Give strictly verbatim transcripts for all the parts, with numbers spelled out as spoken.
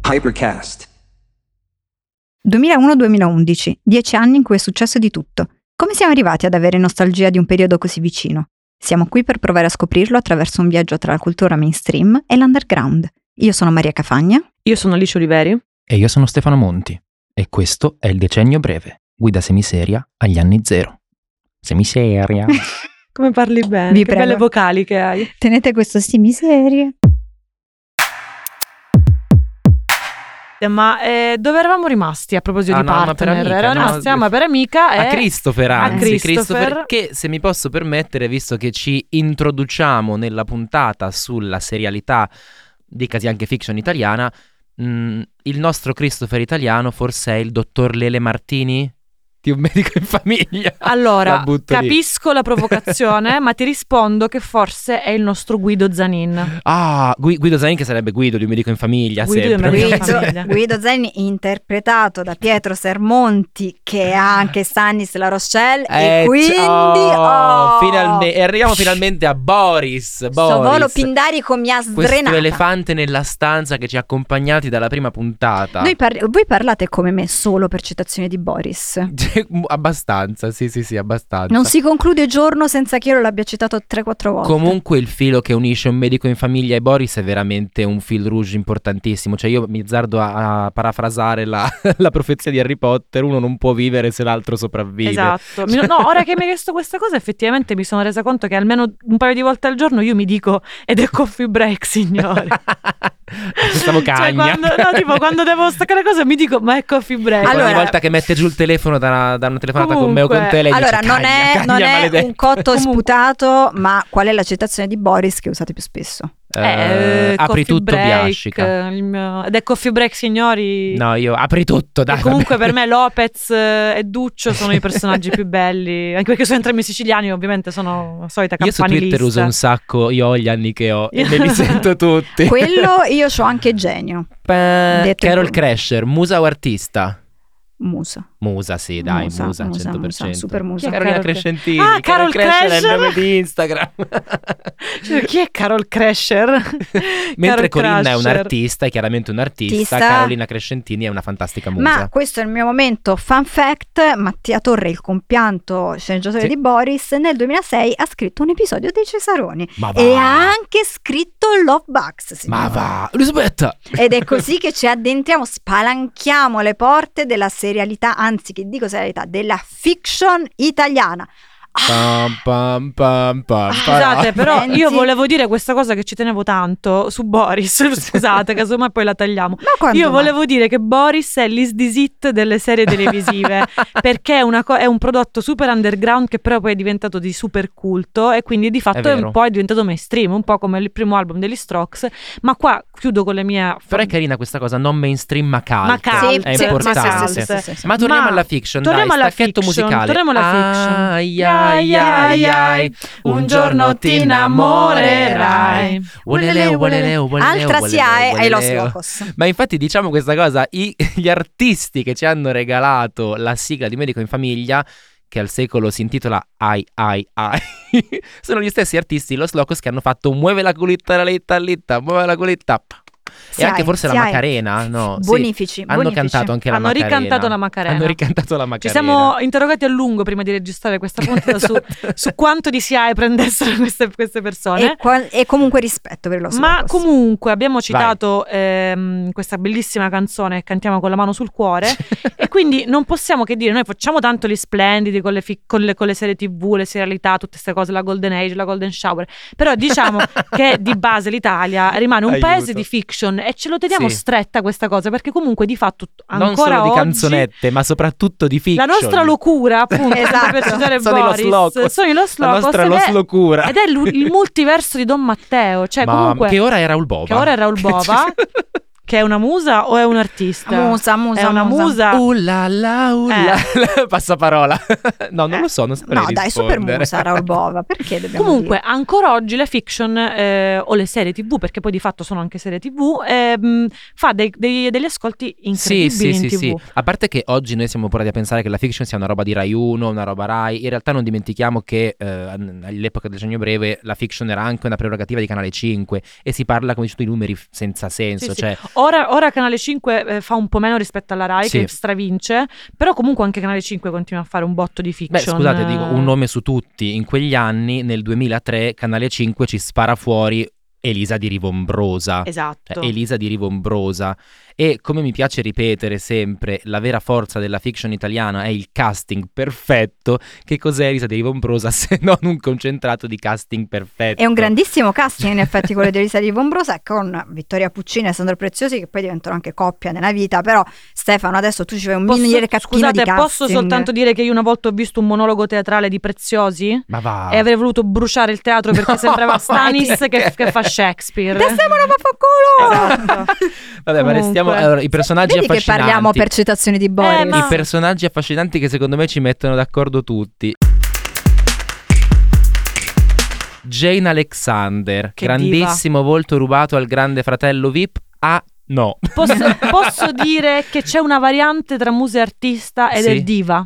Hypercast. duemilauno duemilaundici, dieci anni in cui è successo di tutto. Come siamo arrivati ad avere nostalgia di un periodo così vicino? Siamo qui per provare a scoprirlo attraverso un viaggio tra la cultura mainstream e l'underground. Io sono Maria Cafagna. Io sono Alice Oliveri. E io sono Stefano Monti. E questo è il Decennio Breve, guida semiseria agli anni zero. Semiseria. Come parli bene, Vi che prego. belle vocali che hai. Tenete questo sti miserie. Ma eh, dove eravamo rimasti a proposito Ah, di no, ma per partner? amica, Eravamo no, rimasti a ma per amica e A Christopher, a anzi, Christopher. che se mi posso permettere, visto che ci introduciamo nella puntata sulla serialità, dicasi anche fiction italiana, mh, il nostro Christopher italiano forse è il dottor Lele Martini? Di un medico in famiglia. Allora, La butto lì. capisco la provocazione, ma ti rispondo che forse è il nostro Guido Zanin. Ah, Gui- Guido Zanin, che sarebbe Guido di un medico in famiglia. Guido di un sempre. medico in Guido, famiglia. Guido Zanin, interpretato da Pietro Sermonti, che ha anche Stannis La Rochelle, Eh, e quindi oh, oh, finalme- e arriviamo finalmente a Boris. sto Boris. volo Pindarico mi ha Questo sdrenata. elefante nella stanza che ci ha accompagnati dalla prima puntata. Noi par- voi parlate come me solo per citazioni di Boris. Abbastanza, sì, sì, sì, abbastanza. Non si conclude giorno senza che io lo l'abbia citato tre quattro volte. Comunque il filo che unisce un medico in famiglia e Boris è veramente un fil rouge importantissimo. Cioè io mi azzardo a, a parafrasare la, la profezia di Harry Potter: uno non può vivere se l'altro sopravvive. Esatto. Mi- No, ora che mi hai chiesto questa cosa, effettivamente mi sono resa conto che almeno un paio di volte al giorno io mi dico ed è coffee break, signore. Stavo Cioè, cagna. quando, no, tipo, quando devo staccare cosa mi dico ma è coffee break. Ogni Allora- volta che mette giù il telefono da una, da una telefonata con me o con Comunque, te, lei Allora, dice non cagna, è, cagna, non è maledetta. un cotto Comunque- sputato, ma qual è la citazione di Boris che usate più spesso? Eh, Eh, apri coffee tutto, break, Biascica. il mio- ed è coffee break, signori. No, io apri tutto, dai. E comunque vabbè. per me Lopez eh, e Duccio sono i personaggi più belli, anche perché sono entrambi siciliani, ovviamente sono la solita Io su campanilista. Twitter uso un sacco, io ho gli anni che ho e Io- me li sento tutti. Quello io c'ho anche genio. Eh, detto Carol in- Crasher, musa o artista? Musa. Musa, sì, dai, Musa, musa, musa, cento per cento. musa, super musa. Chi è Carolina Carol- Crescentini? Ah, Carol Crasher è il Crasher. nome di Instagram. Cioè, chi è Carol Crasher? Mentre Carol Corinna è un Crasher. artista, è chiaramente un artista, Artista. Carolina Crescentini è una fantastica musa. Ma questo è il mio momento fun fact: Mattia Torre, il compianto sceneggiatore Sì. di Boris, nel duemilasei ha scritto un episodio dei Cesaroni Ma va. e ha anche scritto Love Bugs, Ma signora. va, Elisabetta! Ed è così che ci addentriamo, spalanchiamo le porte della serialità, anzi che dico serialità, della fiction italiana. Pam, pam, pam, pam, Scusate, pam. però Senti. io volevo dire questa cosa che ci tenevo tanto su Boris. Scusate, casomai poi la tagliamo. Ma quando Io mai? volevo dire che Boris è l'Is This It delle serie televisive perché è, una co- è un prodotto super underground che però poi è diventato di super culto e quindi di fatto È è vero. un po' è diventato mainstream, un po' come il primo album degli Strokes. Ma qua chiudo con le mie Però è carina questa cosa, non mainstream ma cult. Ma cult, è sì, importante. sì, sì, sì, sì, sì. Ma torniamo Ma alla fiction, torniamo dai, alla stacchetto fiction, musicale. torniamo alla fiction. Ai, ai, ai, ai, un giorno ti innamorerai. Voleleo, voleleo, voleleo, Altra voleleo, SIAE ai Los voleleo. Locos. Ma infatti diciamo questa cosa, i- gli artisti che ci hanno regalato la sigla di Medico in Famiglia, che al secolo si intitola Ai Ai Ai, sono gli stessi artisti Los Locos che hanno fatto Muove la culita la letta litta, muove la culita. E anche SIAE, forse la SIAE. Macarena, no? Sì. Bonifici, Hanno bonifici. cantato anche la Hanno Macarena. ricantato la Macarena. Hanno ricantato la Macarena. Ci siamo interrogati a lungo prima di registrare questa puntata su, Esatto. su quanto di SIAE prendessero queste, queste persone. E, qua- e comunque rispetto per Los Ma Locos. comunque abbiamo citato ehm, questa bellissima canzone che cantiamo con la mano sul cuore e quindi non possiamo che dire, noi facciamo tanto gli splendidi con le, fi- con le, con le serie tv, le serialità, tutte queste cose, la golden age, la golden shower, però diciamo che di base l'Italia rimane un Aiuto. paese di fiction e ce lo teniamo Sì. stretta questa cosa perché comunque di fatto ancora non solo di oggi canzonette, ma soprattutto di fiction. la nostra locura, appunto, Esatto. per citare Sono i Los Boris, Locos. sono i Los La Locos nostra ed, Los è, Locura. ed è lu- il multiverso di Don Matteo, cioè Ma comunque che ora è Raul Bova. che ora è Raul Bova, che è una musa o è un artista? Musa, musa, È una musa. Uh la la, uh la la. Passaparola. No, non lo so, non saprei No, dai, super rispondere. musa Raul Bova, perché dobbiamo Comunque, dire? ancora oggi le fiction eh, o le serie tv, perché poi di fatto sono anche serie tv, ehm, fa dei- dei- degli ascolti Sì, incredibili sì, in sì, tv. sì. A parte che oggi noi siamo portati a pensare che la fiction sia una roba di Rai uno, una roba Rai. In realtà non dimentichiamo che eh, all'epoca del Decennio Breve la fiction era anche una prerogativa di Canale cinque e si parla, come dici tu, di numeri f- senza senso. Sì, sì. Cioè, Ora, ora Canale cinque eh, fa un po' meno rispetto alla Rai, Sì. che stravince, però comunque anche Canale cinque continua a fare un botto di Beh, fiction. scusate, dico un nome su tutti. In quegli anni, nel duemilatré, Canale cinque ci spara fuori Elisa di Rivombrosa. Esatto. Cioè, Elisa di Rivombrosa. E come mi piace ripetere sempre, la vera forza della fiction italiana è il casting perfetto. Che cos'è Elisa di Rivombrosa se non un concentrato di casting perfetto? È un grandissimo casting in effetti quello di Elisa di Rivombrosa, con Vittoria Puccini e Sandro Preziosi, che poi diventano anche coppia nella vita. Però Stefano, adesso tu ci fai un Posso- mini cattina scusate, di casting. posso soltanto dire che io una volta ho visto un monologo teatrale di Preziosi Ma va. e avrei voluto bruciare il teatro perché sembrava Stanis che, che fa Shakespeare. Destemona vaffanculo! Esatto. Vabbè, ma restiamo. Comunque. Allora, i personaggi Vedi che affascinanti. parliamo per citazioni di Boris. Eh, ma- I personaggi affascinanti che secondo me ci mettono d'accordo tutti. Jane Alexander, Che grandissimo volto rubato al grande fratello V I P. Ah, no. Posso, posso dire che c'è una variante tra muso e artista ed Sì. è diva.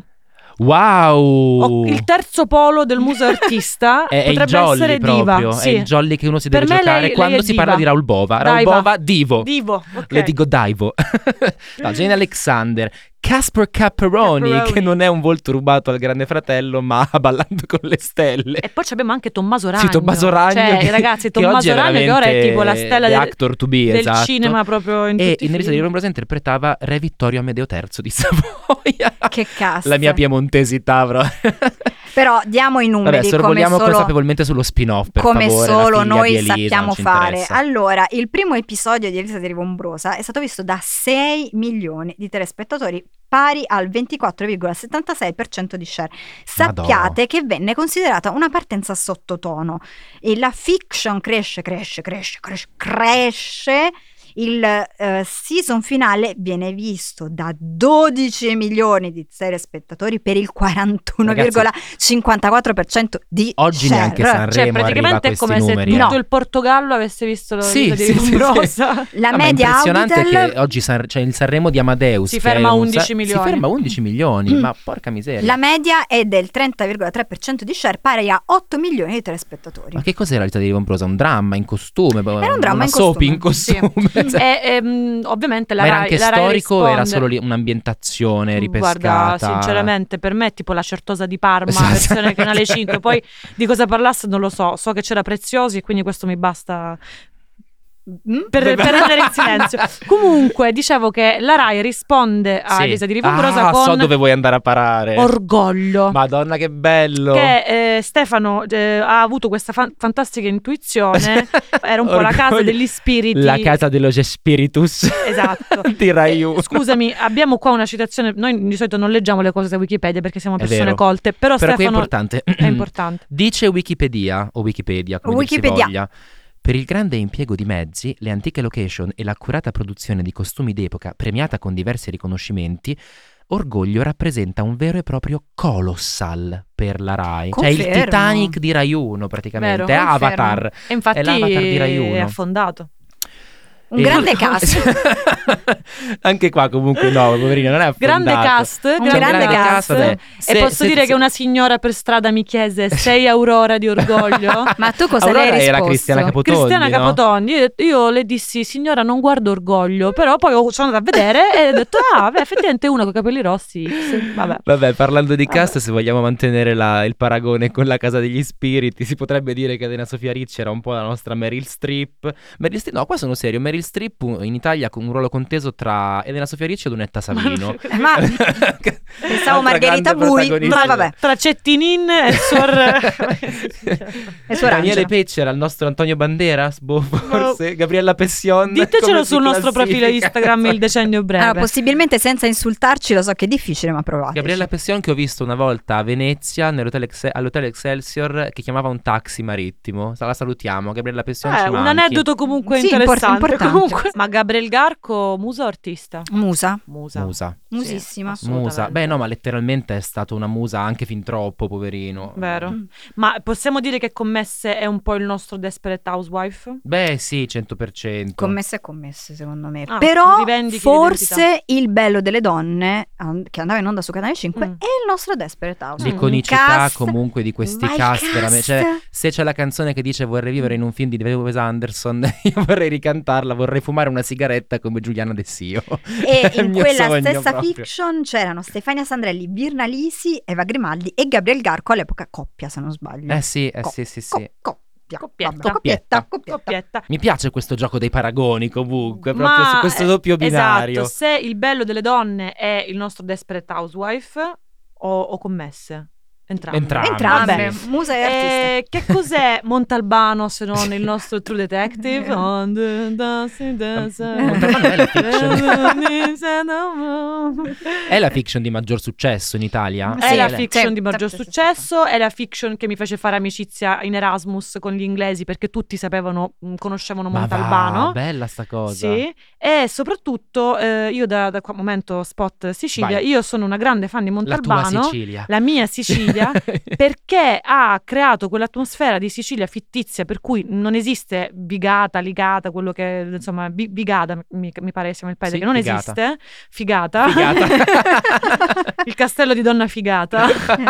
Wow. O- il terzo polo del muso artista È, è il potrebbe jolly essere proprio, diva. è Sì. il jolly che uno si Per deve me giocare lei- lei quando è si diva. parla di Raul Bova. Raul Daiva. Bova, divo. Divo, ok. Le dico Daivo. No, Jane Alexander, Casper Capperoni, Capperoni. che non è un volto rubato al grande fratello, ma Ballando con le stelle. E poi abbiamo anche Tommaso Ragno. Sì, Tommaso Ragno. Cioè, che, ragazzi, che oggi Tommaso è Ragno che ora è tipo la stella the del, actor to be, del esatto. cinema proprio in E tutti i in Elisa di film. Rivombrosa interpretava Re Vittorio Amedeo terzo di Savoia. Che cast. La mia piemontesità, però. Però diamo i numeri Vabbè, come sorvoliamo solo, consapevolmente sullo spin-off, per come favore, la solo figlia noi di Elisa, sappiamo non ci fare. interessa. Allora, il primo episodio di Elisa di Rivombrosa è stato visto da sei milioni di telespettatori, pari al ventiquattro virgola settantasei per cento di share. Sappiate Madò. che venne considerata una partenza sottotono e la fiction cresce, cresce, cresce, cresce, cresce. Il eh, season finale viene visto da dodici milioni di telespettatori per il quarantuno virgola cinquantaquattro per cento di Oggi share. neanche Sanremo Cioè, arriva a praticamente è questi come numeri. se tutto eh. il Portogallo avesse visto la Sì, vita sì, di sì, Rivombrosa. La No, ma è media impressionante Auditel che oggi San- cioè il Sanremo di Amadeus Si che è ferma a un undici sa- milioni. Si ferma a undici milioni, ma porca miseria. La media è del trenta virgola tre per cento di share, pari a otto milioni di telespettatori. Ma che cos'era la vita di Rivombrosa? Un dramma in costume? Era un dramma una in soap costume. in costume? Sì. E, ehm, ovviamente la Ma era Rai, anche la Rai storico o era risponde. solo lì un'ambientazione ripescata? Guarda, sinceramente per me è tipo la Certosa di Parma, Esatto. versione Canale cinque. Poi di cosa parlasse non lo so, so che c'era Preziosi e quindi questo mi basta Mm? per, per rendere in silenzio. Comunque dicevo che la Rai risponde a Sì. Elisa di Rivombrosa Ah, con so dove vuoi andare a parare. orgoglio. Madonna che bello. Che eh, Stefano eh, ha avuto questa fan- fantastica intuizione. Era un po' la casa Orgoglio. degli spiriti. La casa dello Spiritus. Esatto. Di Rai uno. Eh, scusami, abbiamo qua una citazione. Noi di solito non leggiamo le cose da Wikipedia perché siamo È persone vero. colte. Però, Però qui è Stefano importante. è importante. Dice Wikipedia o Wikipedia, come dir si Wikipedia. voglia. Per il grande impiego di mezzi, le antiche location e l'accurata produzione di costumi d'epoca premiata con diversi riconoscimenti, Orgoglio rappresenta un vero e proprio colossal per la Rai. Cioè il Confermo. Titanic di Rai uno praticamente, Vero, è confermo. Avatar. E infatti È l'avatar di Rai è uno. affondato. Un E- grande cast. Anche qua comunque no, poverino, non è affondato. Grande cast, Un grande, grande cast. cast. vabbè. E Se- posso se- dire se- che una signora per strada mi chiese sei Aurora di Orgoglio. Ma tu cosa Aurora le hai era risposto? Cristiana Capotondi, Cristiana no? Capotondi, io, io le dissi signora non guardo Orgoglio, però poi ho- sono andata a vedere e ho detto ah vabbè effettivamente una con i capelli rossi X, vabbè. Vabbè, parlando di cast, se vogliamo mantenere la- il paragone con la Casa degli Spiriti, si potrebbe dire che Elena Sofia Ricci era un po' la nostra Meryl Streep. Meryl Streep, no, qua sono serio. Meryl Streep in Italia con un ruolo conteso tra Elena Sofia Ricci ed Unetta Savino. Eh, ma pensavo Altra Margherita grande Bui, protagonista. ma vabbè. Tra Cettinin e Suor E Suor Daniele Angela. Peccera, il nostro Antonio Banderas, boh, forse. Gabriella Pession. Ditecelo come si sul nostro profilo classifica? Instagram il decennio breve. Allora, possibilmente senza insultarci, lo so che è difficile, ma provate. Gabriella Pession che ho visto una volta a Venezia nell'hotel Ex- all'hotel Excelsior che chiamava un taxi marittimo. La salutiamo, Gabriella Pession. Eh, ci un manchi. aneddoto comunque Sì, import- interessante. importante. Comunque. Ma Gabriel Garco, musa o artista? Musa. Musa. Musa. Musissima. Sì, Musa. assolutamente. Beh, no, ma letteralmente è stata una musa anche fin troppo, poverino. Vero. Mm. Ma possiamo dire che Commesse è un po' il nostro Desperate Housewife? Beh, sì, cento per cento. Commesse e commesse, secondo me. Ah, Però rivendichi forse il bello delle donne, and- che andava in onda su Canale cinque, Mm. è il nostro Desperate House. L'iconicità Cast- comunque di questi vai cast, cast. veramente. Cioè, se c'è la canzone che dice vorrei vivere in un film di Wes Anderson, io vorrei ricantarla, vorrei fumare una sigaretta come Giuliana De Sio. E È il in mio quella sogno stessa proprio. fiction c'erano Stefania Sandrelli, Virna Lisi, Eva Grimaldi e Gabriel Garco, all'epoca coppia se non sbaglio. Eh sì, eh Co- sì, sì, sì. co- coppia. Coppietta. Vabbè, coppietta, coppietta. Coppietta. Mi piace questo gioco dei paragoni comunque, proprio Ma, su questo eh, doppio binario. Esatto, se il bello delle donne è il nostro Desperate Housewife o, o Commesse. Entrambe. Entrambe. Entrambe, Vabbè. musa e artista. Eh, che cos'è Montalbano se non il nostro True Detective? On the dancing desert. Montalbano è la fiction. È la fiction di maggior successo in Italia? È Sì, la sì, fiction sì, di maggior sì, sì, sì. successo, è la fiction che mi fece fare amicizia in Erasmus con gli inglesi perché tutti sapevano, mh, conoscevano Ma Montalbano. va, bella sta cosa. Sì, e soprattutto eh, io da, da qua momento spot Sicilia, Vai. io sono una grande fan di La Montalbano, tua Sicilia. la mia Sicilia, perché ha creato quell'atmosfera di Sicilia fittizia per cui non esiste Vigata, Ligata, quello che insomma Vi- Vigata mi, mi pare che siamo il paese Sì, che non Figata. esiste, Figata, Figata. il castello di Donna Figata.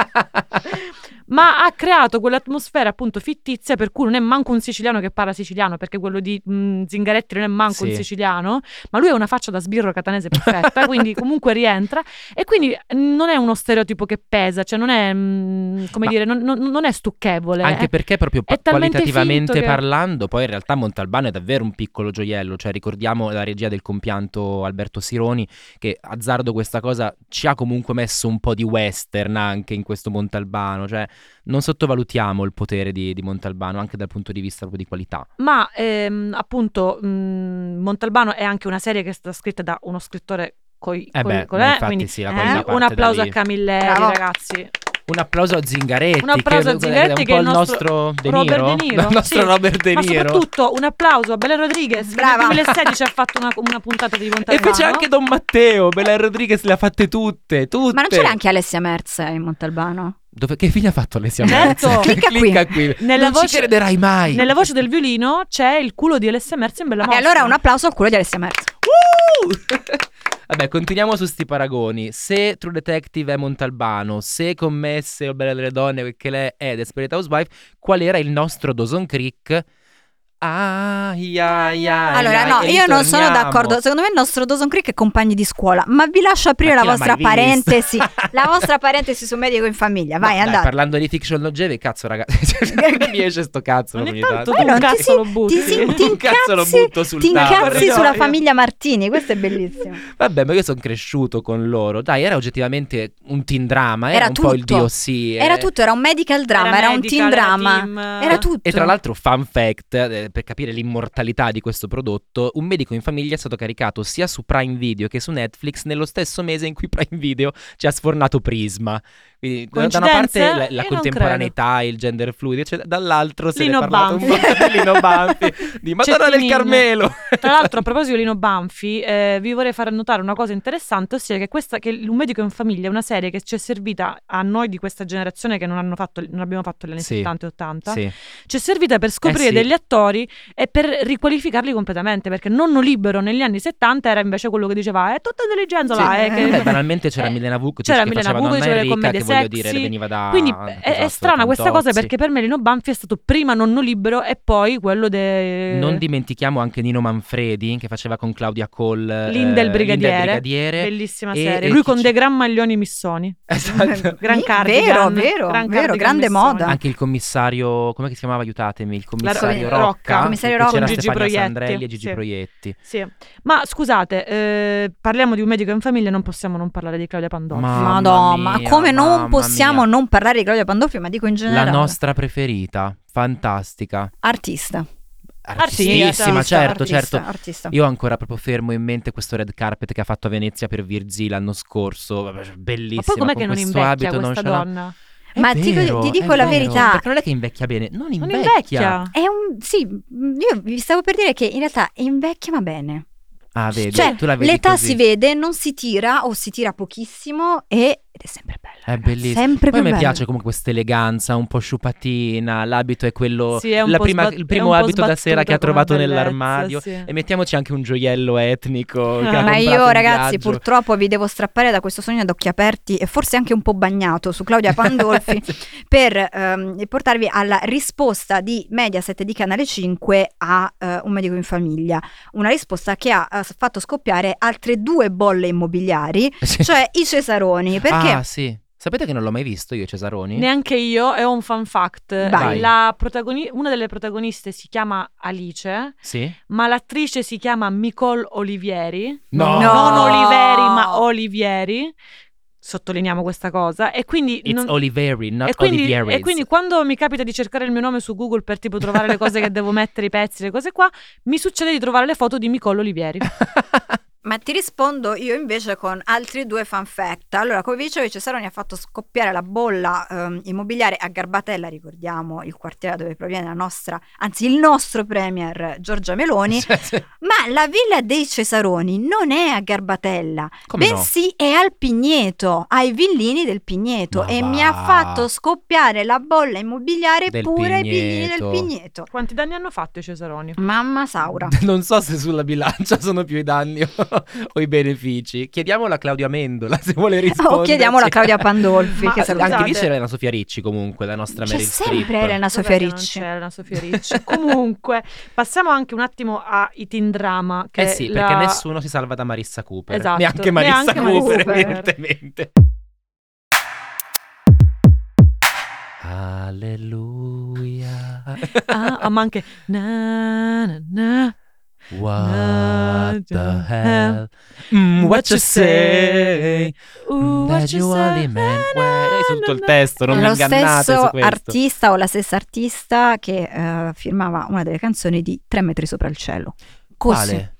Ma ha creato quell'atmosfera appunto fittizia per cui non è manco un siciliano che parla siciliano, perché quello di mh, Zingaretti non è manco Sì. un siciliano, ma lui ha una faccia da sbirro catanese perfetta, quindi comunque rientra e quindi non è uno stereotipo che pesa, cioè non è mh, come Ma- dire, non, non- non è stucchevole. Anche è- perché proprio pa- è talmente qualitativamente finto che- parlando, poi in realtà Montalbano è davvero un piccolo gioiello, cioè ricordiamo la regia del compianto Alberto Sironi che azzardo questa cosa ci ha comunque messo un po' di western anche in questo Montalbano, cioè non sottovalutiamo il potere di, di Montalbano anche dal punto di vista proprio di qualità. Ma ehm, appunto mh, Montalbano è anche una serie che è stata scritta da uno scrittore coi, Eh coi- beh, con- ma eh, infatti quindi sì, la eh, qualità un parte da applauso lì. a Camilleri, Bravo. ragazzi. Un applauso a Zingaretti, Un applauso che a Zingaretti, è che un è po' il il nostro nostro De Robert Niro, De Niro, il nostro sì. Robert De Ma Niro. soprattutto un applauso a Belen Rodriguez che Brava. nel duemilasedici ha fatto una, una puntata di E Montalbano. fece anche Don Matteo, Belen Rodriguez le ha fatte tutte, tutte. Ma non c'era anche Alessia Merz in Montalbano? Dove, che fine ha fatto Alessia Certo. Merz? Clicca qui. Clicca qui. Nella non voce- ci crederai mai. Nella voce del violino c'è il culo di Alessia Merz in Bella E Mostra. allora un applauso al culo di Alessia Merz. Uh! Vabbè, continuiamo su sti paragoni. Se True Detective è Montalbano, se Commesse o Bella delle Donne, perché lei è Desperate Housewife, qual era il nostro Dawson Creek? Ah, ia, ia, Allora, ia, no, e io non sono ritorniamo. d'accordo. Secondo me il nostro Dawson Creek è compagni di scuola. Ma vi lascio aprire Ma la chi l'ha vostra mai visto? parentesi. La vostra parentesi su Medico in Famiglia. Vai, No, dai, andate. parlando di fiction longeve, cazzo ragazzi, non mi esce sto cazzo Ogni ogni tanto tanto. tu Poi non un ti cazzo si- lo butti. ti si- ti Un cazzo lo incazzi- butto sul Ti tavolo. incazzi sulla Corridoio. famiglia Martini. Questo è bellissimo. Vabbè, ma io sono cresciuto con loro. Dai, era oggettivamente un teen drama, era, Era un po' il tutto. D O C. Era tutto, era un medical drama, era, un medical, teen drama. team. Era tutto. E tra l'altro, fun fact, eh, per capire l'immortalità di questo prodotto, Un medico in famiglia è stato caricato sia su Prime Video che su Netflix nello stesso mese in cui Prime Video ci ha sfornato Prisma. Quindi da da una parte Coincidenze? la, Io la non contemporaneità, il gender fluid, cioè, dall'altro se Lino ne è parlato un Banfi. po' di Lino Banfi, di Madonna del Cettinino. Carmelo. Tra l'altro, a proposito di Lino Banfi, eh, vi vorrei fare notare una cosa interessante, ossia che questa che Un medico in famiglia è una serie che ci è servita a noi di questa generazione che non hanno fatto, non abbiamo fatto negli anni Sì. settanta e ottanta. Sì. Ci è servita per scoprire Eh sì. degli attori e per riqualificarli completamente, perché Nonno Libero negli anni settanta era invece quello che diceva è tutta intelligenza là, Sì. eh, che- Beh, banalmente c'era eh, Milena Vukovic c'era che Milena faceva Vukovic, Donna c'era le Enrica, che commedie voglio dire sexy. veniva da Quindi è, è esatto, strana questa cosa Fantozzi. perché per me Lino Banfi è stato prima Nonno Libero e poi quello de... Non dimentichiamo anche Nino Manfredi che faceva con Claudia Cole Linda il eh, Brigadiere. Linda il Brigadiere. Bellissima E- serie. e Lui chi con ci- dei gran maglioni missoni. Esatto. Gran Sì, cardigan. vero, vero, gran vero, cardigan grande missoni. moda. Anche il commissario, come si chiamava? Aiutatemi, il commissario Rocca. Rocca. Commissario che Rocca. c'era Gigi Stefania Proietti. Sandrelli e Gigi Sì. Proietti. Sì. Ma scusate, eh, parliamo di Un medico in famiglia, non possiamo non parlare di Claudia Pandolfi. Mamma Madonna, mia, come non mamma possiamo mia. non parlare di Claudia Pandolfi, ma dico in generale. La nostra preferita, fantastica. Artista. Artistissima, Artista, certo, artista, certo. artista. Io ho ancora proprio fermo in mente questo red carpet che ha fatto a Venezia per Virzì l'anno scorso. Vabbè, bellissima. Ma poi com'è con che non questo invecchia abito questa nonchalant. donna? È Ma ti- vero, ti dico è la vero, verità. Perché non è che invecchia bene, non Non invecchia. invecchia. È un sì, io vi stavo per dire che in realtà invecchia ma bene. Ah, vedi, Cioè, tu la vedi l'età così. si vede, non si tira o si tira pochissimo e ed è sempre bella. È bellissimo. Sempre Poi più mi bello. piace comunque questa eleganza, un po' sciupatina, l'abito è quello, Sì, è un la po' prima- sbat- il è primo un po' abito da sera che ha sbattuta come trovato bellezza, nell'armadio sì. e mettiamoci anche un gioiello etnico che ha Ma comprato io in ragazzi viaggio. purtroppo vi devo strappare da questo sogno ad occhi aperti e forse anche un po' bagnato su Claudia Pandolfi per ehm, portarvi alla risposta di Mediaset di Canale cinque a eh, Un medico in famiglia, una risposta che ha eh, fatto scoppiare altre due bolle immobiliari, Sì. cioè i Cesaroni, perché Ah sì, sapete che non l'ho mai visto io Cesaroni? Neanche io, è un fun fact. Vai. La protagoni- una delle protagoniste si chiama Alice, Sì? ma l'attrice si chiama Nicole Olivieri. No. Non Oliveri, ma Olivieri. Sottolineiamo questa cosa. E quindi, It's non- Oliveri, not e, quindi Olivieris. e quindi quando mi capita di cercare il mio nome su Google per tipo trovare le cose che devo mettere, i pezzi, le cose qua, mi succede di trovare le foto di Nicole Olivieri. Ma ti rispondo io invece con altri due fun fact. Allora, come vi dicevo, Cesaroni ha fatto scoppiare la bolla ehm, immobiliare a Garbatella, ricordiamo il quartiere dove proviene la nostra, anzi il nostro premier Giorgia Meloni, Sì, sì. ma la villa dei Cesaroni non è a Garbatella, Come no? bensì è al Pigneto, ai villini del Pigneto, Ma e va. mi ha fatto scoppiare la bolla immobiliare Del pure ai villini del Pigneto. Pigneto. Quanti danni hanno fatto i Cesaroni? Mamma Saura. Non so se sulla bilancia sono più i danni o, o i benefici. Chiediamola a Claudia Mendola se vuole rispondere. O chiediamola a Claudia Pandolfi, Ma che scusate. Anche lì c'è Elena Sofia Ricci comunque, la nostra C'è Meryl sempre Streep. Elena Sofia Dov'è che non Ricci. c'è Elena Sofia Ricci? Comunque, passiamo anche un attimo ai teen drama. Che Eh sì, la- perché nessuno si salva da Marissa Cooper. Esatto, Neanche Marissa neanche Cooper, Marissa Cooper. evidentemente. Alleluia. Ah, ah, ma anche na, na, na. What the hell? Mm, what you say? Uh, That what you you say? only meant when- Io so tutto il testo, non È mi lo ingannate stesso su questo. artista o la stessa artista che eh, firmava una delle canzoni di Tre metri sopra il cielo. Così. Quale?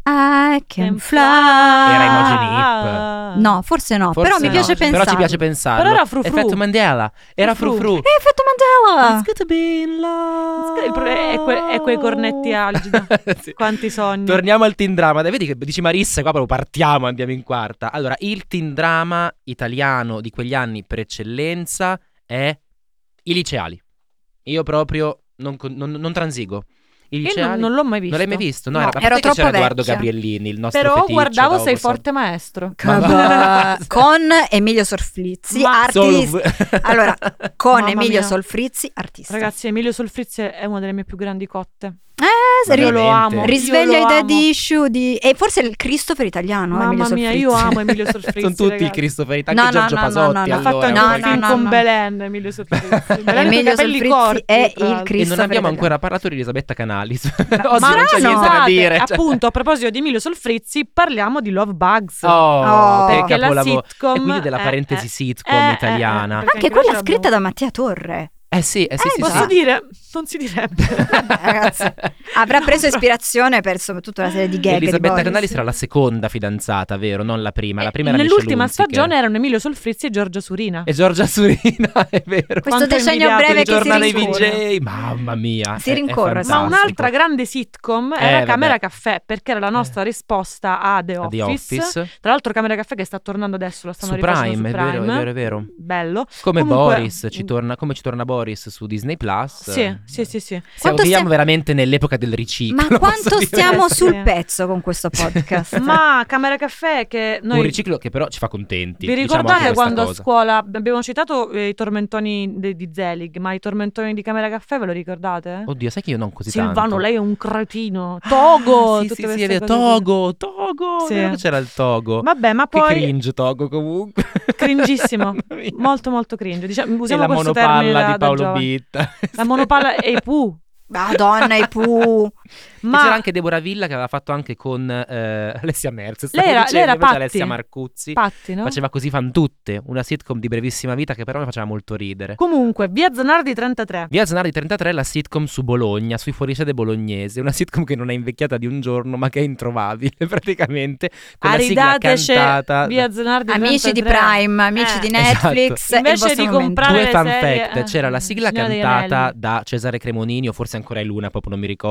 I can fly. Era Imogen Heap. No, forse no, Forse però mi no. piace Però pensare. ci piace pensarlo. Però era frufru. Effetto Mandela. Era Frufru. frufru. Eh, effetto Mandela. It's good to be in love. Il pro- è, que- è quei cornetti algida. Sì. Quanti sogni. Torniamo al teen drama. Dai, vedi che dici Marissa, qua proprio partiamo, andiamo in quarta. Allora, il teen drama italiano di quegli anni per eccellenza è I liceali. Io proprio non, con- non- non transigo. I Io liceali. non, non l'ho mai visto. Non l'hai mai visto? No, No, era, a ero parte che troppo c'era Edoardo vecchia. Gabriellini, il nostro Però feticcio guardavo da Sei Overson. forte maestro. Ma va. Con Emilio Solfrizzi, Ma- artista. Solo- Allora, con Mamma Emilio mia. Solfrizzi, artista. Ragazzi, Emilio Solfrizzi è una delle mie più grandi cotte. Eh, Ma ri- Io lo veramente? amo. risveglia Io i lo dead amo. issue di... E forse il Christopher italiano, Mamma Emilio mia, Solfrizzi. io amo Emilio Solfrizzi. Sono tutti ragazzi. i Cristoferiti, anche No, no, Giorgio no, no, Pasotti. no, no. Ha allora, fatto anche no, un poi- no, film no, con no. Belen, Emilio Solfrizzi. Belen con Emilio i capelli Solfrizzi corti, è tra il l'altro. E non Christopher abbiamo ancora italiano. parlato di Elisabetta Canalis. Ma Oggi non c'è scusate, niente da dire. cioè. appunto, a proposito di Emilio Solfrizzi, parliamo di Love Bugs. Oh, Oh. che Perché la capolavoro. sitcom- E quindi della eh, parentesi eh, sitcom eh, eh, italiana. eh, perché Anche anche quella noi ce scritta l'abbiamo. da Mattia Torre. Eh sì, eh sì, Eh, sì, Posso sì. dire, non si direbbe. Vabbè, ragazzi, avrà preso ispirazione per insomma, tutta una serie di gag di Elisabetta Boris. Canalis era la seconda fidanzata, vero? Non la prima. La prima era Nell'ultima Michelle Hunziker. stagione erano Emilio Solfrizzi e Giorgia Surina. E Giorgia Surina, è vero. Questo Quanto decennio invidiato breve il che si Giornale ai rincorre. V J, mamma mia. Si è- è rincorre, Ma fantastico. un'altra grande sitcom Eh, era vabbè. Camera Caffè, perché era la nostra risposta a The A Office. The Office. Tra l'altro Camera Caffè che sta tornando adesso, la stanno Su rifacendo Prime, su è vero, Prime. è vero, è vero. Bello. Come Comunque- Boris, ci torna, come ci torna Boris su Disney Plus. Sì, sì, sì, sì. Siamo, Quanto viviamo stia- veramente nell'epoca del riciclo. Ma posso quanto dire. stiamo Sì. sul pezzo con questo podcast? Ma Camera Caffè che noi... Un riciclo che però ci fa contenti. Vi diciamo ricordate anche questa quando a cosa. scuola abbiamo citato eh, i tormentoni de- di Zelig, ma i tormentoni di Camera Caffè ve lo ricordate? Oddio, sai che io non così Silvano, tanto. lei è un cretino. Togo, Ah, sì, tutte sì, queste sì, è vero. cose così. Togo, Togo. Sì. È vero che c'era il Togo. Vabbè, ma Che poi cringe Togo comunque. cringissimo. Mamma mia. molto molto cringe. Diciamo, E usiamo la questo termine monopalla da, di da Paolo giovani. Bitta. La monopalla e i Pooh. Madonna, i Pooh. Ma c'era Ma anche Deborah Villa che aveva fatto anche con eh, Alessia Merz. Lei era- lei era Patti. Alessia Marcuzzi. Patti, no? Faceva Così fan tutte, una sitcom di brevissima vita che però mi faceva molto ridere. Comunque, via Zanardi trentatré. Via Zanardi trentatré è la sitcom su Bologna, sui fuorisede bolognese, una sitcom che non è invecchiata di un giorno ma che è introvabile praticamente, con la sigla Aridateci cantata. via Zanardi Amici di trentatré. Prime, amici Eh, di Netflix, esatto. è il Invece vostro di momento. comprare Due le fun serie, fact, eh, c'era la sigla Signora degli cantata Anelli. da Cesare Cremonini o forse ancora è Luna, proprio non mi ricordo,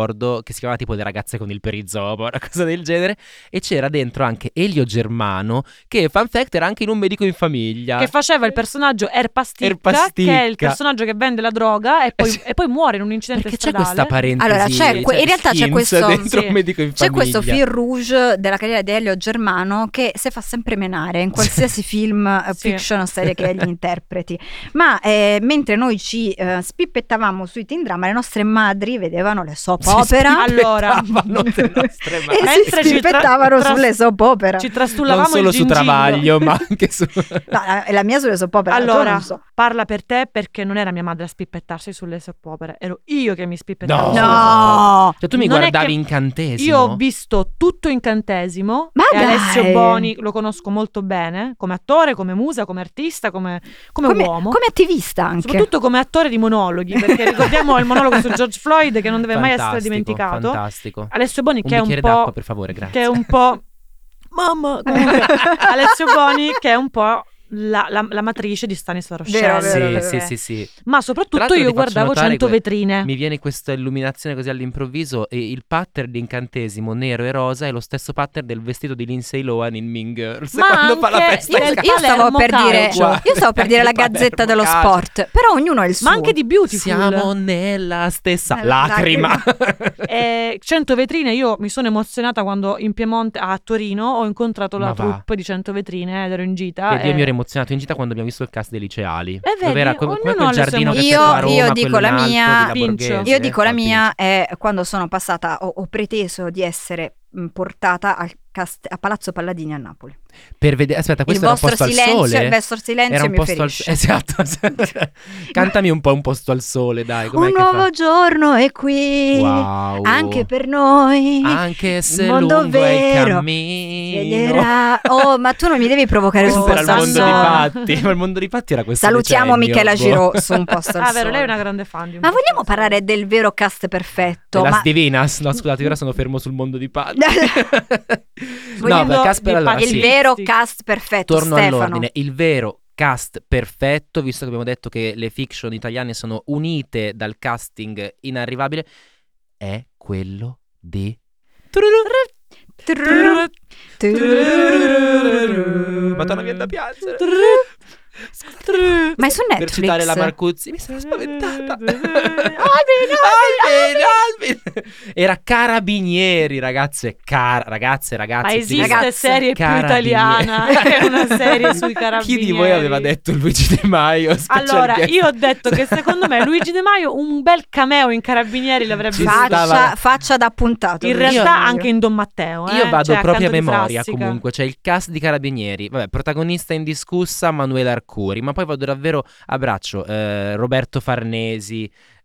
che si chiamava tipo Le ragazze con il perizopo, una cosa del genere, e c'era dentro anche Elio Germano, che fun fact era anche in Un medico in famiglia, che faceva il personaggio Erpasticca, Erpasticca. che è il personaggio che vende la droga e poi, Eh sì. e poi muore in un incidente perché stradale. c'è questa parentesi, Allora, c'è que- in realtà c'è Skins questo- dentro sì. Un medico in C'è famiglia. questo fil rouge della carriera di Elio Germano che si fa sempre menare in qualsiasi film, eh, Sì. fiction o serie che egli interpreti. Ma eh, mentre noi ci eh, spippettavamo sui teen drama, le nostre madri vedevano le soap Si opera Allora. spippettavano le nostre e mani. si Mentre ci spippettavano tra- sulle soap opera. Ci trastullavamo non solo il su gingillo. Travaglio, ma anche su No, la, la mia sulle soap opera, la tua Allora, non so. parla per te, perché non era mia madre a spippettarsi sulle soap opere, ero io che mi spippettavo. No. sulle No. soap opere. Cioè tu mi Non è guardavi che- Incantesimo. Io ho visto tutto Incantesimo Ma e dai! Alessio Boni lo conosco molto bene, come attore, come musa, come artista, come, come, Come, uomo. come attivista anche. Soprattutto come attore di monologhi, perché ricordiamo il monologo su George Floyd che non deve mai essere Fantastico, dimenticato. Fantastico. Alessio Boni Un che è un bicchiere d'acqua, po' per favore, grazie. che è un po' mamma comunque Alessio Boni che è un po' la, la, la matrice di Stanisław Vero, Rothschild. vero, Sì, vero, sì, vero. sì, sì. Ma Tra soprattutto l'altro io ti faccio guardavo notare cento que- vetrine. Mi viene questa illuminazione così all'improvviso e il pattern di Incantesimo nero e rosa è lo stesso pattern del vestito di Lindsay Lohan in Mean Girls Ma quando fa la anche festa Io, in il casa. io stavo Palermo per dire, Calcio. io stavo per dire la Anche il gazzetta dello Palermo sport, però ognuno ha il suo. Ma anche di Beautiful. Siamo nella stessa Eh, lacrima. Eh, cento vetrine, io mi sono emozionata quando in Piemonte, a Torino, ho incontrato Ma la va. troupe di cento vetrine ed ero in gita. Vedi, io e- mi ero emozionato in gita quando abbiamo visto il cast dei liceali. Eh, vedi, Dove era que- come ognuno quel ha le sue giardino che emozioni. c'è qua a Io- io Roma, dico quello la in alto mia- di La Pincio. Borghese. Io dico la Infatti. mia è quando sono passata, ho, ho preteso di essere mh, portata al cast- a Palazzo Palladini a Napoli. Per vedere, aspetta, Il questo era un vostro posto al silenzio, sole. il vostro silenzio Era un mi posto al ferisce. esatto. Cantami un po' Un posto al sole, dai, com'è Un che nuovo fa? giorno è qui, Wow. anche per noi. Anche se il mondo lungo è il vero cammino. sveglierà. Oh, ma tu non mi devi provocare Questo sul era il posto mondo al di sole. Patti. Ma il mondo di Patti era questo. Salutiamo decennio, Michela boh. Giraud su Un posto al Ah, sole. vero, lei è una grande fan di un Ma po' vogliamo di parlare del vero cast perfetto? Las Ma... Divinas? No, scusate, ora sono fermo sul mondo di Patti. no, Vogliamo- beh, Casper, di allora, Patti. il sì. vero Sì. cast perfetto, Torno Stefano. all'ordine. Il vero cast perfetto, visto che abbiamo detto che le fiction italiane sono unite dal casting inarrivabile, è quello di Madonna, viene da piangere. Ma è su Per Netflix? citare la Marcuzzi, mi sono spaventata. Alvin, Alvin, Alvin. Era Carabinieri, ragazze, car- ragazze, ragazzi. Ma esiste Ragazze, serie più Carabinieri. italiana? È una serie sui Chi carabinieri. di voi aveva detto Luigi De Maio? special Allora, guest? io ho detto che secondo me Luigi De Maio un bel cameo in Carabinieri l'avrebbe Ci visto. Faccia, stava- faccia da appuntato. In Luigi realtà De Maio. anche in Don Matteo. eh? Io vado Cioè, proprio a accanto di memoria Frassica. comunque, c'è il cast di Carabinieri, vabbè, protagonista indiscussa Manuela Arcuri, ma poi vado davvero a braccio, eh, Roberto Farnesi,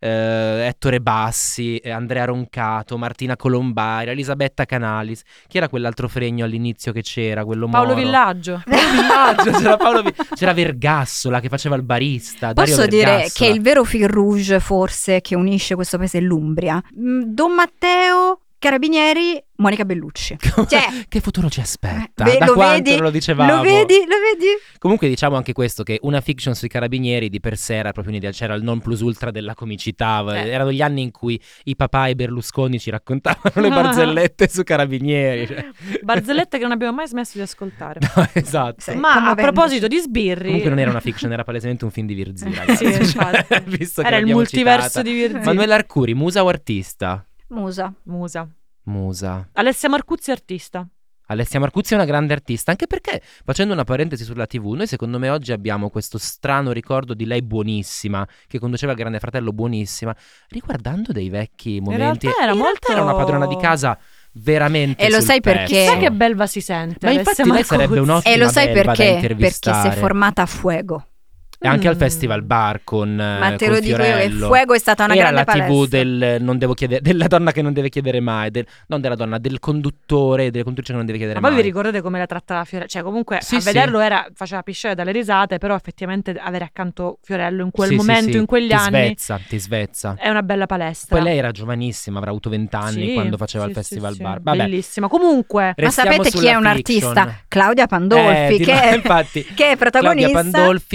eh, Ettore Bassi, eh, Andrea Roncato, Martina Colombari, Elisabetta Canalis, chi era quell'altro fregno all'inizio che c'era, quello Paolo moro? Villaggio. Paolo Villaggio, c'era, Paolo Vi- c'era Vergassola che faceva il barista, Dario Posso dire Vergassola. che il vero fil rouge forse che unisce questo paese è l'Umbria. Mm, Don Matteo, Carabinieri, Monica Bellucci. Cioè, che futuro ci aspetta? Beh, da lo quanto vedi? non lo dicevamo? Lo vedi? Lo vedi? Comunque diciamo anche questo, che una fiction sui carabinieri di per sé era proprio un'idea, c'era il non plus ultra della comicità, Eh. erano gli anni in cui i papà e Berlusconi ci raccontavano le barzellette su carabinieri. Cioè. Barzellette che non abbiamo mai smesso di ascoltare. No, esatto. Sì. Ma a commuovendoci. proposito di sbirri, Comunque non era una fiction, era palesemente un film di Virzì, Sì, ragazzi. Cioè, infatti. visto che era il l'abbiamo multiverso citata. di Virzì. Manuela Arcuri, musa o artista? Musa. Musa. Musa. Alessia Marcuzzi artista. Alessia Marcuzzi è una grande artista, anche perché, facendo una parentesi sulla tivù, noi secondo me oggi abbiamo questo strano ricordo di lei buonissima, che conduceva il Grande Fratello Buonissima, riguardando dei vecchi momenti. realtà era In molto- era una padrona di casa veramente E lo sul sai pezzo. perché? Sai che belva si sente. Ma Alessia infatti lei Marcuzzi. sarebbe un'ottima E lo sai belva da perché? Perché si intervistare. è formata a Fuego. E anche al Mm. Festival Bar con Ma te con lo dico io che Fiorello. Fuego è stata una Era grande la tivù palestra. del non devo chiedere, della donna che non deve chiedere mai, del- non della donna, del conduttore, delle conduttrice che non deve chiedere Ma poi mai. vi ricordate come la trattava Fiorello? Cioè, comunque Sì, a sì. vederlo era, faceva pisciare dalle risate, però effettivamente avere accanto Fiorello in quel Sì, sì, momento, sì, in quegli ti anni, svezza, ti svezza. è una bella palestra. Poi lei era giovanissima, avrà avuto vent'anni Sì, quando faceva sì, il Festival sì, sì. Bar. Vabbè, Bellissima. Comunque, Ma restiamo sapete chi sulla è fiction. un'artista? Claudia Pandolfi, Eh, di- che, è, infatti, che è protagonista. Claudia Pandolfi ci unisce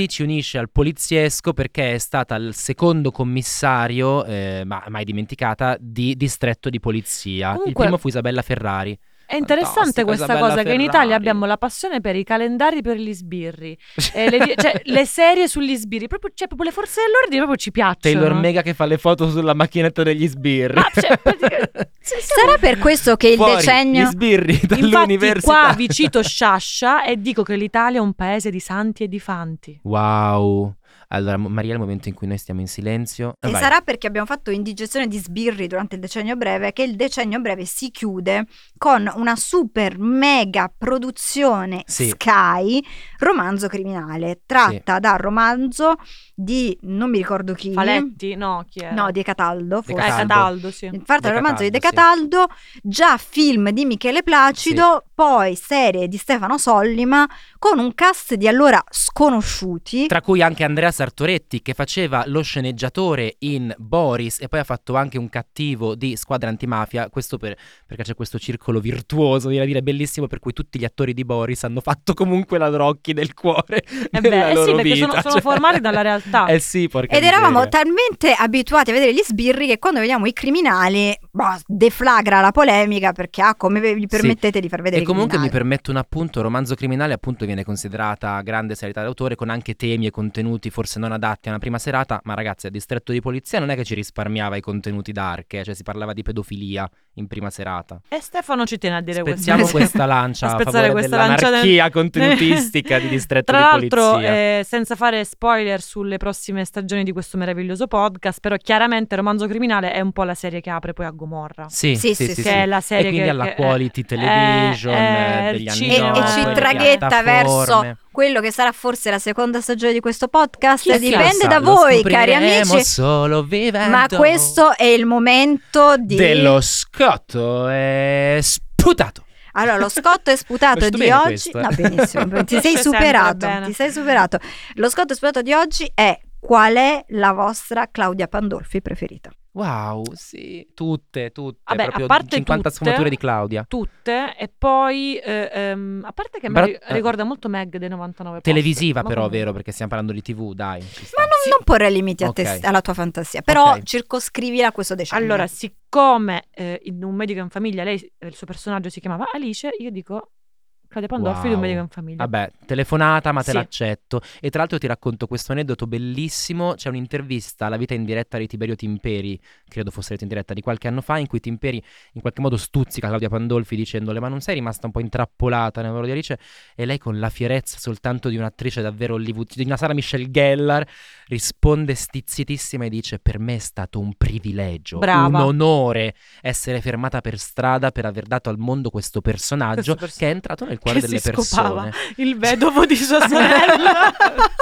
riferisce al poliziesco perché è stata il secondo commissario, eh, ma mai dimenticata, di distretto di polizia. Comunque, il primo fu Isabella Ferrari. È interessante Fantastica, questa Isabella cosa, che in Ferrari. Italia abbiamo la passione per i calendari per gli sbirri, e le, di- cioè, le serie sugli sbirri, proprio, cioè, proprio le forze dell'ordine proprio ci piacciono. Taylor Mega che fa le foto sulla macchinetta degli sbirri. Ma, cioè, praticamente- sì, sì, Sarà per questo che il Fuori, decennio... gli sbirri Infatti dall'università. qua vi cito Sciascia e dico che l'Italia è un paese di santi e di fanti. Wow. Allora, Maria, è il momento in cui noi stiamo in silenzio. E Vai. sarà perché abbiamo fatto indigestione di sbirri durante il decennio breve, che il decennio breve si chiude con una super mega produzione Sì. Sky, Romanzo Criminale, tratta dal romanzo di non mi ricordo chi. Faletti? No, chi è? No, di Cataldo, De Eh, forse. Cataldo. Cataldo, sì. Infatti De il romanzo di De Cataldo, Cataldo, già film di Michele Placido, poi serie di Stefano Sollima, con un cast di allora sconosciuti. Tra cui anche Andrea Sartoretti, che faceva lo sceneggiatore in Boris e poi ha fatto anche un cattivo di Squadra Antimafia. Questo per, perché c'è questo circolo virtuoso, direi dire bellissimo, per cui tutti gli attori di Boris hanno fatto comunque la Rocchi del cuore Eh nella beh, eh loro sì, perché vita. sono, sono cioè- formati dalla realtà. Eh sì, porca Ed eravamo miseria. talmente abituati a vedere gli sbirri che quando vediamo i criminali, boh, deflagra la polemica perché ah, come vi permettete di far vedere E i comunque mi criminali? permetto un appunto, Romanzo Criminale appunto viene considerata grande serietà d'autore, con anche temi e contenuti forse non adatti a una prima serata, ma ragazzi, a distretto di polizia non è che ci risparmiava i contenuti dark, eh, cioè si parlava di pedofilia in prima serata. E Stefano ci tiene a dire questo. Spezziamo questa lancia A a spezzare favore questa lancia dell'anarchia del- contenutistica di distretto Tra di l'altro, polizia. eh, senza fare spoiler sulle prossime stagioni di questo meraviglioso podcast, però chiaramente Romanzo Criminale è un po' la serie che apre poi a Gomorra. Sì, Sì, sì, sì, sì, sì. Che sì. è la serie e quindi che- alla che- quality eh, television eh, eh, degli il anni cinema, E, dopo, e ci le traghetta verso piattaforme. quello che sarà forse la seconda stagione di questo podcast. Chissà, Dipende da Lo voi, cari scopriremo amici. solo vivendo. Ma questo è il momento di... dello scotto è sputato. Allora, lo scotto è sputato È uscito di bene oggi. questo, eh? No, benissimo. Ti sei Sempre superato. bene. Ti sei superato. Lo scotto sputato di oggi è: qual è la vostra Claudia Pandolfi preferita? Wow, sì, tutte, tutte. Vabbè, proprio a parte cinquanta tutte- sfumature di Claudia. Tutte, e poi eh, ehm, a parte che a me Però- ri- ricorda molto Meg dei novantanove Televisiva posti, ma però, comunque- vero? Perché stiamo parlando di tivù, dai. ci sta. Ma non, non porre limiti a te, Ok. alla tua fantasia, però Ok. circoscrivila a questo decennio. Allora, siccome eh, in Un medico in famiglia lei, il suo personaggio si chiamava Alice, io dico Claudia Pandolfi di Un Wow. medico in famiglia. Vabbè, telefonata, ma te Sì. l'accetto. E tra l'altro ti racconto questo aneddoto bellissimo. C'è un'intervista alla vita in diretta di Tiberio Timperi, credo fosse vita in diretta di qualche anno fa, in cui Timperi in qualche modo stuzzica Claudia Pandolfi dicendole: ma non sei rimasta un po' intrappolata nel lavoro di Alice? E lei, con la fierezza soltanto di un'attrice davvero Hollywood, di una Sarah Michelle Gellar, risponde stizzitissima e dice: per me è stato un privilegio, Brava. un onore essere fermata per strada per aver dato al mondo questo personaggio Questo perso- che è entrato nel cuore che delle si scopava persone. il vedovo di sua sorella.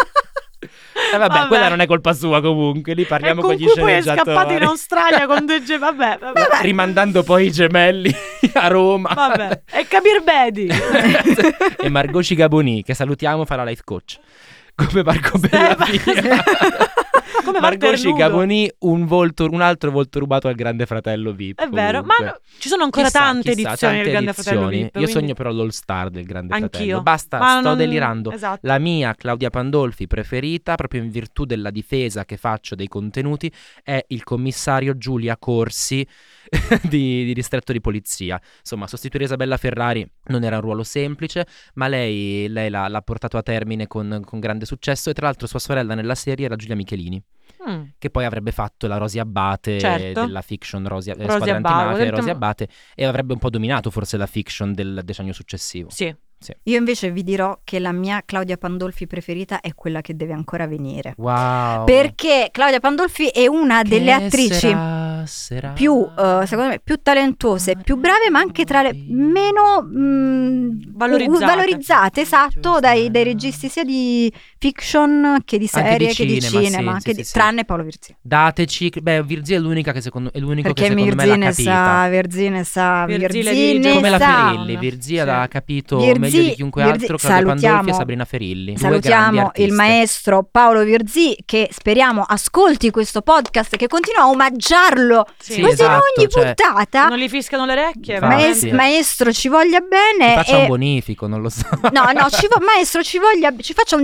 Eh vabbè, quella non è colpa sua comunque, lì parliamo e con con gli cui poi è scappato in sceneggiatori. Australia con due ge- vabbè, vabbè. Rimandando poi i gemelli a Roma. Vabbè. E Kabir Bedi. E Margot Cigaboni, che salutiamo, farà life coach. Come Marco Stefano- Bellavia. Come Margot Walter Nudo. Cigaboni, un volto, un altro volto rubato al Grande Fratello V I P. È vero, comunque. ma no, ci sono ancora Chissà, tante chissà, edizioni tante del Grande edizioni. Fratello V I P. Io quindi- sogno però l'All Star del Grande Anch'io. Fratello. Basta, Ma sto non- delirando. Esatto. La mia Claudia Pandolfi preferita, proprio in virtù della difesa che faccio dei contenuti, è il commissario Giulia Corsi di, di distretto di polizia. Insomma, sostituire Isabella Ferrari non era un ruolo semplice, ma lei, lei l'ha, l'ha portato a termine con, con grande successo. E tra l'altro sua sorella nella serie era Giulia Michelini, Mm. che poi avrebbe fatto la Rosi Abate Certo. della fiction Rosi, eh, Rosi Squadra Abate, Antimafia e ho Rosi detto- Abate, e avrebbe un po' dominato forse la fiction del decennio successivo. Sì. Io invece vi dirò che la mia Claudia Pandolfi preferita è quella che deve ancora venire. Wow. Perché Claudia Pandolfi è una Che delle attrici sarà, sarà. più, eh, secondo me, più talentuose, più brave, ma anche tra le meno mh, Valorizzate. valorizzate, esatto, dai, dai registi sia di fiction che di Anche serie di che di cinema, sì, cinema, sì, che sì, di- sì. tranne Paolo Virzì. Dateci, beh, Virzì è l'unica che secondo è l'unico Perché che secondo me l'ha Virzì ne capita. sa, Virzì ne sa, Virzì le Virzì dirige ne Come la sa. Ferilli, Virzì Sì. l'ha capito Virzì- meglio di chiunque Virzì- altro, Claudia Pandolfi e salutiamo- Sabrina Ferilli. Due grandi Salutiamo il artiste. maestro Paolo Virzì, che speriamo ascolti questo podcast, che continua a omaggiarlo Sì, così esatto, in ogni cioè- puntata. Non gli fiscano le orecchie. Infatti. veramente. Maes- maestro ci voglia bene Ci faccia e- un bonifico, non lo so. no no ci vo- maestro ci voglia ci faccia un disegno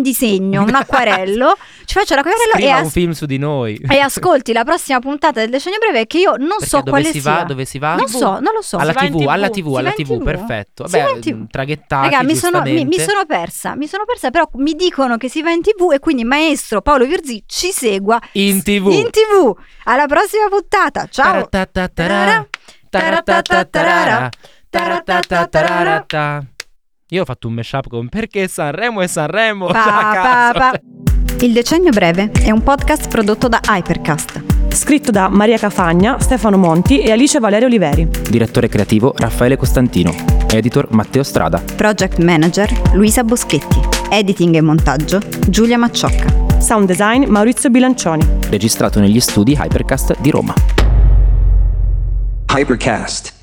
disegno, un acquarello, ci faccio l'acquarello e, Scriva as- un film su di noi. e ascolti la prossima puntata del Decennio Breve, che io non Perché so dove quale si sia. va? Dove si va? Non so, non lo so. Alla Si va in tivù, tivù. alla tivù, Si alla va in tivù, tivù? perfetto. Si va Vabbè, in tivù. traghettati, Raga, mi sono, mi, mi giustamente. sono persa, mi sono persa, però mi dicono che si va in tivù e quindi maestro Paolo Virzì ci segua In tivù. in tivù. Alla prossima puntata, ciao. Taratatarara, taratatarara, taratatarara. Io ho fatto un mashup con Perché Sanremo e Sanremo. Pa, a pa, caso. pa. Il Decennio Breve è un podcast prodotto da Hypercast. Scritto da Maria Cafagna, Stefano Monti e Alice Valerio Oliveri. Direttore creativo Raffaele Costantino. Editor Matteo Strada. Project Manager Luisa Boschetti. Editing e montaggio Giulia Macciocca. Sound design Maurizio Bilancioni. Registrato negli studi Hypercast di Roma. Hypercast.